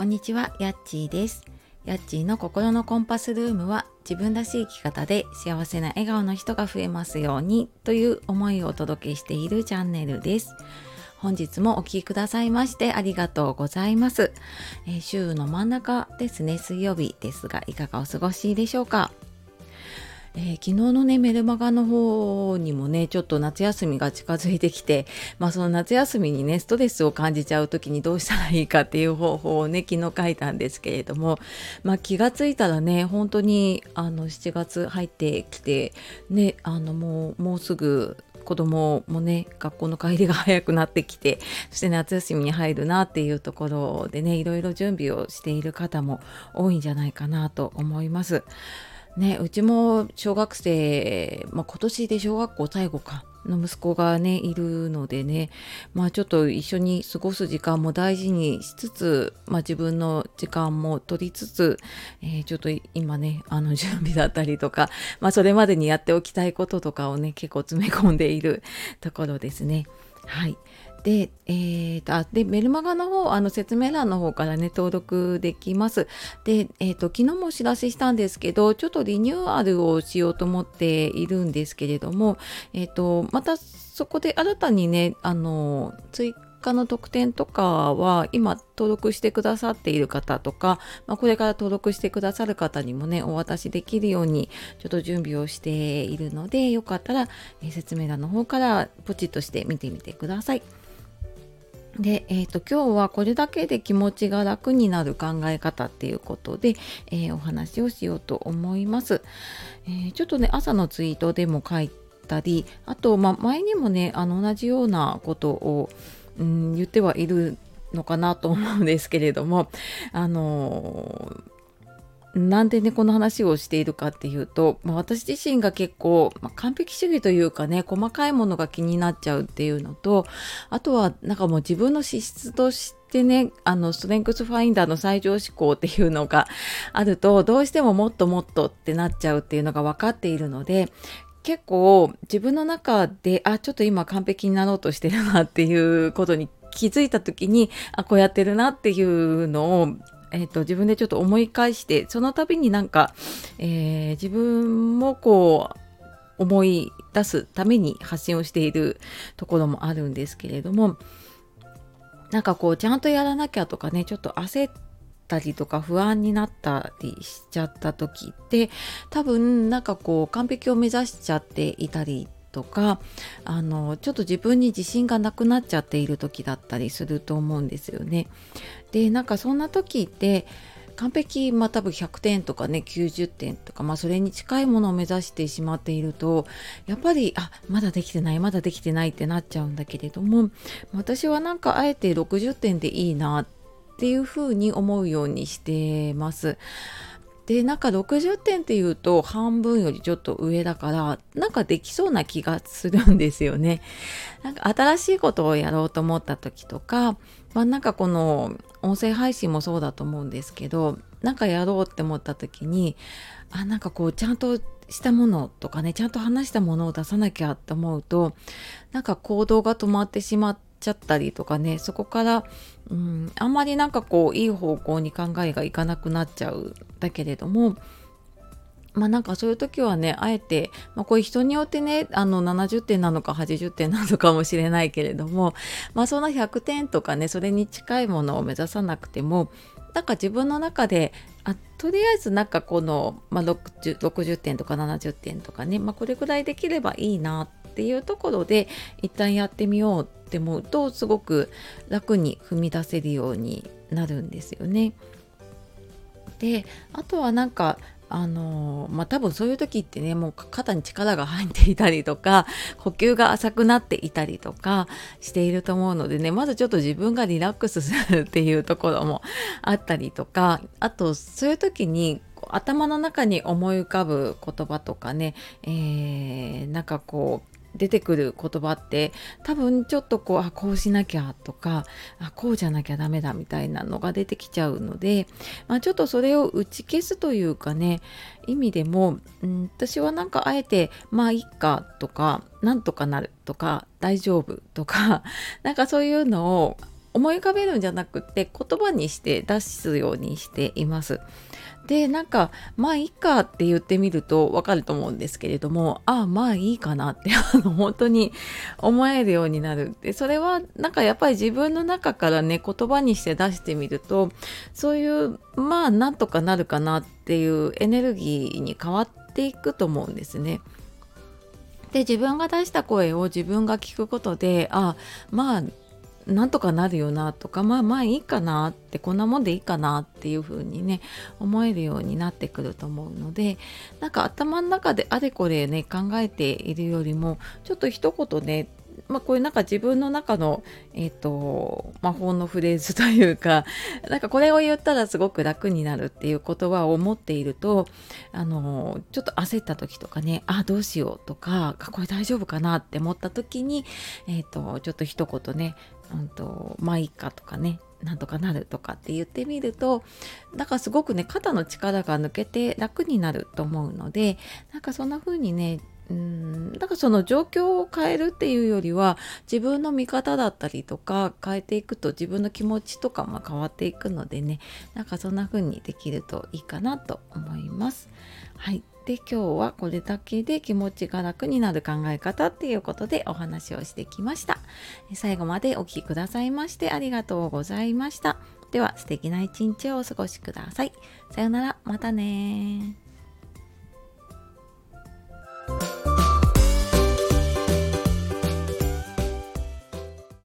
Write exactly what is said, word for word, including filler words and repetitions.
こんにちは、やっちーです。やっちーの心のコンパスルームは、自分らしい生き方で幸せな笑顔の人が増えますようにという思いをお届けしているチャンネルです。本日もお聞きくださいましてありがとうございます。えー、週の真ん中ですね、水曜日ですが、いかがお過ごしでしょうか。えー、昨日のねメルマガの方にもねちょっと夏休みが近づいてきて、まあその夏休みにねストレスを感じちゃう時にどうしたらいいかっていう方法をね昨日書いたんですけれども、まあ気がついたらね本当にあのしちがつ入ってきてね、あのもうもうすぐ子供もね学校の帰りが早くなってきて、そして夏休みに入るなっていうところでねいろいろ準備をしている方も多いんじゃないかなと思います。ね、うちも小学生、まあ、今年で小学校最後かの息子がねいるのでね、まあちょっと一緒に過ごす時間も大事にしつつ、まあ自分の時間も取りつつ、えーちょっと今ねあの準備だったりとか、まあそれまでにやっておきたいこととかをね結構詰め込んでいるところですね。はい。で、えーと、あ、で、メルマガの方、あの説明欄の方からね、登録できます。で、えーと、昨日もお知らせしたんですけど、ちょっとリニューアルをしようと思っているんですけれども、えーと、またそこで新たにね、あの、追加の特典とかは今登録してくださっている方とか、まあ、これから登録してくださる方にもねお渡しできるようにちょっと準備をしているので、よかったら、えー説明欄の方からポチッとして見てみてください。で、えーと、今日はこれだけで気持ちが楽になる考え方っていうことで、えーお話をしようと思います。えーちょっとね朝のツイートでも書いたり、あと、まあ、前にもねあの同じようなことを、うん、言ってはいるのかなと思うんですけれども、あのーなんでねこの話をしているかっていうと、まあ、私自身が結構、まあ、完璧主義というかね細かいものが気になっちゃうっていうのと、あとはなんかもう自分の資質としてねあのストレングスファインダーの最上志向っていうのがあると、どうしてももっともっとってなっちゃうっていうのが分かっているので、結構自分の中であちょっと今完璧になろうとしてるなっていうことに気づいた時に、あこうやってるなっていうのをえーと、自分でちょっと思い返して、その度になんか、えー自分もこう思い出すために発信をしているところもあるんですけれども、なんかこうちゃんとやらなきゃとかねちょっと焦ったりとか不安になったりしちゃった時って、多分なんかこう完璧を目指しちゃっていたりとか、あのちょっと自分に自信がなくなっちゃっている時だったりすると思うんですよね。でなんかそんな時って完璧、まあ多分ひゃくてんとかねきゅうじゅってんとか、まあそれに近いものを目指してしまっていると、やっぱりあまだできてないまだできてないってなっちゃうんだけれども、私はなんかあえてろくじゅってんでいいなっていうふうに思うようにしてます。でなんかろくじゅってんっていうと半分よりちょっと上だから、なんかできそうな気がするんですよね。なんか新しいことをやろうと思った時とか、まあなんかこの音声配信もそうだと思うんですけど、なんかやろうって思った時に、あなんかこうちゃんとしたものとかねちゃんと話したものを出さなきゃって思うと、なんか行動が止まってしまっちゃったりとかね、そこから、うん、あんまりなんかこういい方向に考えがいかなくなっちゃうんだけれども、まあなんかそういう時はねあえて、まあ、こういう人によってねあのななじゅってんなのかはちじゅってんなのかもしれないけれども、まあそんなひゃくてんとかねそれに近いものを目指さなくても、なんか自分の中であとりあえずなんかこの、まあ、ろくじゅう、ろくじゅってんとかななじゅってんとかね、まあ、これぐらいできればいいなっていうところで一旦やってみようって思うと、すごく楽に踏み出せるようになるんですよね。であとはなんかあのまあ多分そういう時ってねもう肩に力が入っていたりとか呼吸が浅くなっていたりとかしていると思うのでね、まずちょっと自分がリラックスするっていうところもあったりとか、あとそういう時にこう頭の中に思い浮かぶ言葉とかね、えー、なんかこう出てくる言葉って多分ちょっとこうあこうしなきゃとかあこうじゃなきゃダメだみたいなのが出てきちゃうので、まあ、ちょっとそれを打ち消すというかね意味でも、うん、私はなんかあえてまあいっかとかなんとかなるとか大丈夫とかなんかそういうのを思い浮かべるんじゃなくって言葉にして出すようにしています。でなんかまあいいかって言ってみるとわかると思うんですけれども、ああまあいいかなってあの本当に思えるようになる。でそれはなんかやっぱり自分の中からね言葉にして出してみると、そういうまあなんとかなるかなっていうエネルギーに変わっていくと思うんですね。で自分が出した声を自分が聞くことで、あまあなんとかなるよなとか、まあまあいいかなって、こんなもんでいいかなっていう風にね思えるようになってくると思うので、なんか頭の中であれこれね考えているよりも、ちょっと一言ね、まあこういうなんか自分の中のえっ、と魔法のフレーズというか、なんかこれを言ったらすごく楽になるっていう言葉を持っていると、あのちょっと焦った時とかね、あどうしようとか、あこれ大丈夫かなって思った時に、えっ、とちょっと一言ね、うんとまあいいかとかね、なんとかなるとかって言ってみると、なんかすごくね肩の力が抜けて楽になると思うので、なんかそんな風にね、うーんなんかその状況を変えるっていうよりは、自分の見方だったりとか変えていくと自分の気持ちとかも変わっていくのでね、なんかそんな風にできるといいかなと思います。はい。で今日はこれだけで気持ちが楽になる考え方っていうことでお話をしてきました。最後までお聞きくださいましてありがとうございました。では素敵な一日をお過ごしください。さようなら、またね。